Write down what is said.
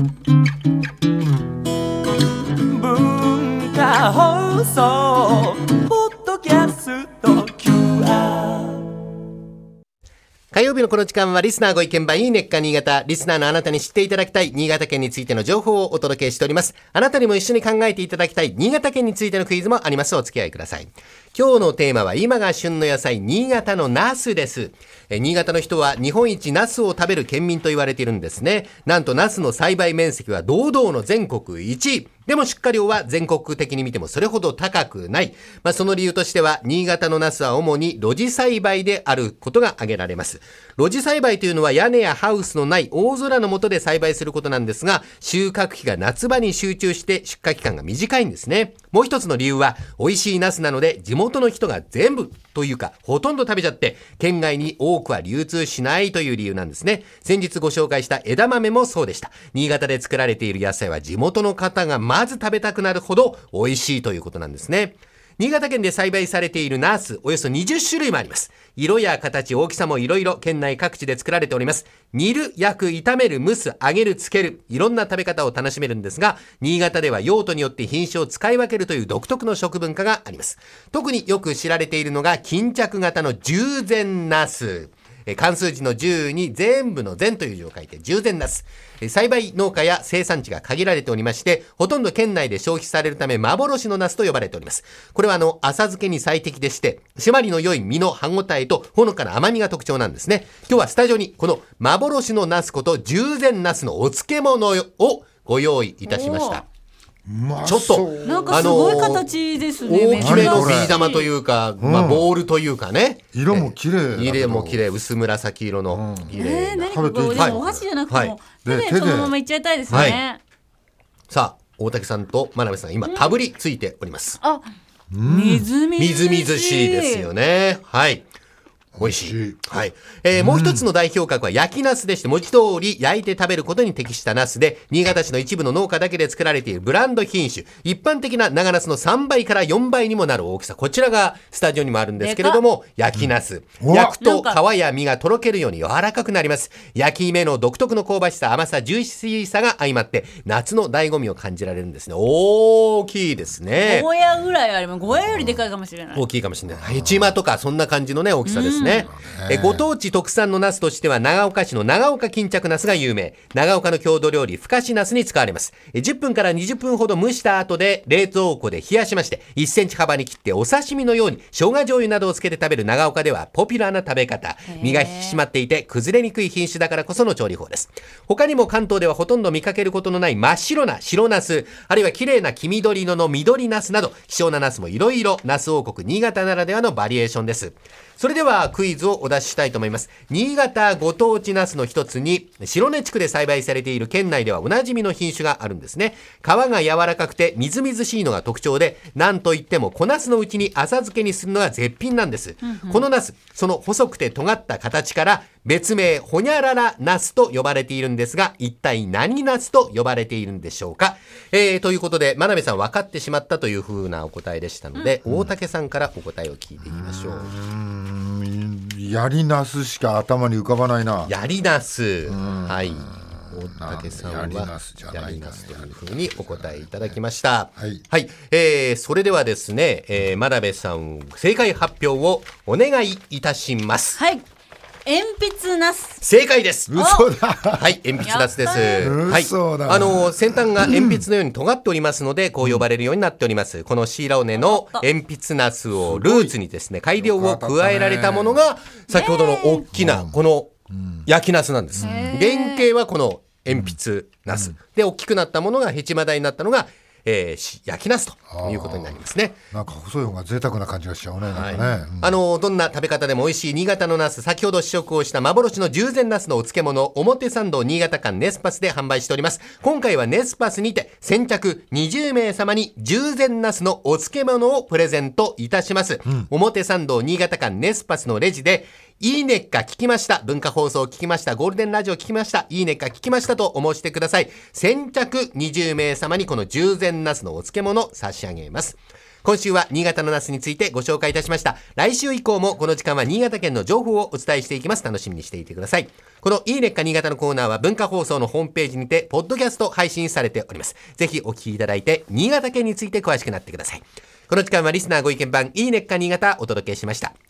文化放送ポッドキャスト QR。 火曜日のこの時間はリスナーご意見番いいねっか新潟。リスナーのあなたに知っていただきたい新潟県についての情報をお届けしております。あなたにも一緒に考えていただきたい新潟県についてのクイズもあります。お付き合いください。今日のテーマは今が旬の野菜、新潟のナスです。新潟の人は日本一ナスを食べる県民と言われているんですね。なんとナスの栽培面積は堂々の全国1位。でも出荷量は全国的に見てもそれほど高くない。その理由としては、新潟のナスは主に露地栽培であることが挙げられます。露地栽培というのは屋根やハウスのない大空の下で栽培することなんですが、収穫期が夏場に集中して出荷期間が短いんですね。もう一つの理由は、美味しいナスなので地元の人が全部というかほとんど食べちゃって、県外に多くは流通しないという理由なんですね。先日ご紹介した枝豆もそうでした。新潟で作られている野菜は地元の方がまず食べたくなるほど美味しいということなんですね。新潟県で栽培されているナス、およそ20種類もあります。色や形、大きさもいろいろ県内各地で作られております。煮る、焼く、炒める、蒸す、揚げる、漬ける、いろんな食べ方を楽しめるんですが、新潟では用途によって品種を使い分けるという独特の食文化があります。特によく知られているのが巾着型の従前ナス。漢数字の10に全部の全という字を書いて従前ナス。栽培農家や生産地が限られておりまして、ほとんど県内で消費されるため幻のナスと呼ばれております。これは浅漬けに最適でして、締まりの良い身の歯ごたえとほのかな甘みが特徴なんですね。今日はスタジオにこの幻のナスこと従前ナスのお漬物をご用意いたしました。ちょっとなんかすごい形ですね。 大きめのビー玉というか、ボールというかね。 色も綺麗。 色も綺麗、薄紫色の綺麗な。 何かこうでもお箸じゃなくても手でそのままいっちゃいたいですね。 さあ、大竹さんと真鍋さん今かぶりついております。 みずみずしいですよね。はい。美味しい。はい。もう一つの代表格は焼きナスでして、文字通り焼いて食べることに適したナスで、新潟市の一部の農家だけで作られているブランド品種、一般的な長ナスの3倍から4倍にもなる大きさ。こちらがスタジオにもあるんですけれども、焼きナス。焼くと皮や身がとろけるように柔らかくなります。焼き目の独特の香ばしさ、甘さ、ジューシーさが相まって、夏の醍醐味を感じられるんですね。大きいですね。 ゴーヤぐらいあります。ゴーヤよりでかいかもしれない。 大きいかもしれない。ヘチマとかそんな感じのね、大きさですね。ご当地特産のナスとしては長岡市の長岡巾着ナスが有名。長岡の郷土料理ふかしナスに使われます。10分から20分ほど蒸した後で冷蔵庫で冷やしまして、1センチ幅に切ってお刺身のように生姜醤油などをつけて食べる長岡ではポピュラーな食べ方。身が引き締まっていて崩れにくい品種だからこその調理法です。他にも関東ではほとんど見かけることのない真っ白な白ナス、あるいは綺麗な黄緑色の緑ナスなど希少なナスもいろいろナス王国新潟ならではのバリエーションです。それではクイズをお出ししたいと思います。新潟ご当地ナスの一つに白根地区で栽培されている県内ではおなじみの品種があるんですね。皮が柔らかくてみずみずしいのが特徴で、なんといっても小ナスのうちに浅漬けにするのが絶品なんです。このナス、その細くて尖った形から別名ホニャララナスと呼ばれているんですが、一体何ナスと呼ばれているんでしょうか。ということで真鍋さん分かってしまったという風なお答えでしたので、大竹さんからお答えを聞いていきましょう。 やりナスしか頭に浮かばないな。 やりナス。はい。大竹さんはやりナスというふうにお答えいただきました。はい。はい。それではですね、真鍋さん正解発表をお願いいたします。 はい。鉛筆ナス。 正解です。 嘘だ。 はい、鉛筆ナスです。はい。 嘘だ。 先端が鉛筆のように尖っておりますので、こう呼ばれるようになっております。このシーラオネの鉛筆ナスをルーツにですね、改良を加えられたものが、先ほどの大きなこの焼きナスなんです。原型はこの鉛筆ナスで、大きくなったものがヘチマ大になったのが焼きナスということになりますね。 なんか細い方が贅沢な感じがしちゃうね。なんかね、 どんな食べ方でも美味しい新潟のナス、先ほど試食をした幻の従前ナスのお漬物、表参道新潟間ネスパスで販売しております。今回はネスパスにて先着20名様に従前ナスのお漬物をプレゼントいたします。表参道新潟間ネスパスのレジでいいねっか聞きました、文化放送聞きました、ゴールデンラジオ聞きました、いいねっか聞きましたとお申してください。先着20名様にこの従前ナスのお漬物差し上げます。 今週は新潟のナスについてご紹介いたしました。来週以降もこの時間は新潟県の情報をお伝えしていきます。楽しみにしていてください。このいいねっか新潟のコーナーは文化放送のホームページにてポッドキャスト配信されております。ぜひお聞きいただいて新潟県について詳しくなってください。この時間はリスナーご意見番いいねっか新潟お届けしました。